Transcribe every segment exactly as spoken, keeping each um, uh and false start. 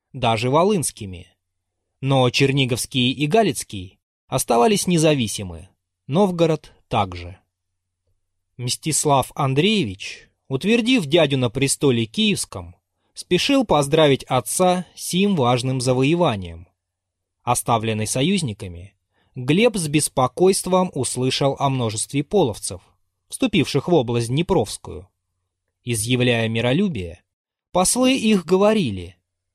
даже волынскими. Но Черниговский и Галицкий оставались независимы, Новгород также. Мстислав Андреевич, утвердив дядю на престоле киевском, спешил поздравить отца с сим важным завоеванием. Оставленный союзниками, Глеб с беспокойством услышал о множестве половцев, вступивших в область Днепровскую. Изъявляя миролюбие, послы их говорили: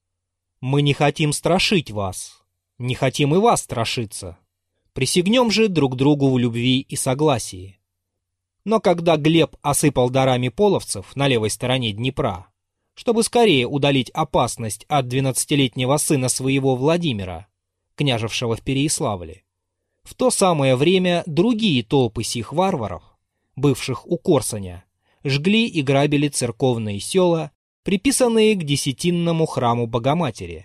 «Мы не хотим страшить вас, не хотим и вас страшиться. Присягнем же друг другу в любви и согласии». Но когда Глеб осыпал дарами половцев на левой стороне Днепра, чтобы скорее удалить опасность от двенадцатилетнего сына своего Владимира, княжевшего в Переяславле, в то самое время другие толпы сих варваров, бывших у Корсуня, жгли и грабили церковные села, приписанные к десятинному храму Богоматери.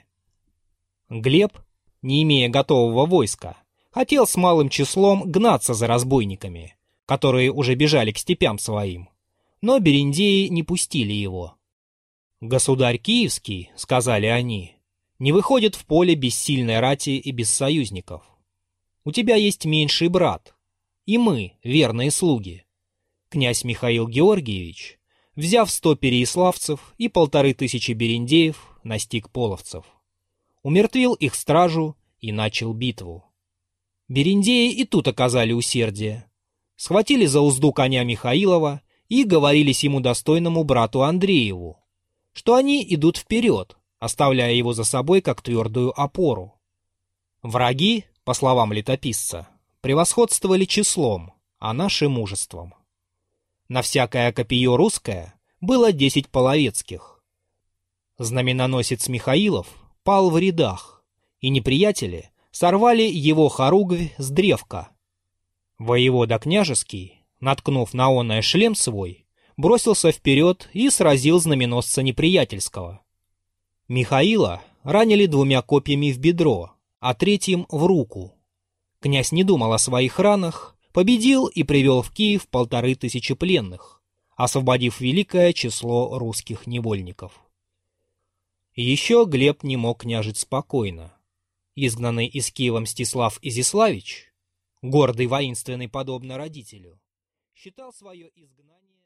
Глеб, не имея готового войска, хотел с малым числом гнаться за разбойниками, которые уже бежали к степям своим, но берендеи не пустили его. «Государь Киевский, — сказали они, — не выходит в поле без сильной рати и без союзников. У тебя есть меньший брат, и мы, верные слуги». Князь Михаил Георгиевич, взяв сто переяславцев и полторы тысячи берендеев, настиг половцев. Умертвил их стражу и начал битву. Берендеи и тут оказали усердие. Схватили за узду коня Михаилова и говорились ему достойному брату Андрееву, что они идут вперед, оставляя его за собой как твердую опору. Враги, по словам летописца, превосходствовали числом, а наши мужеством. На всякое копье русское было десять половецких. Знаменоносец Михаилов пал в рядах, и неприятели сорвали его хоругвь с древка. Воевода княжеский, наткнув на оное шлем свой, бросился вперед и сразил знаменосца неприятельского. Михаила ранили двумя копьями в бедро, а третьим в руку. Князь не думал о своих ранах, победил и привел в Киев полторы тысячи пленных, освободив великое число русских невольников. Еще Глеб не мог княжить спокойно. Изгнанный из Киева Мстислав Изяславич, гордый воинственный подобно родителю, считал свое изгнание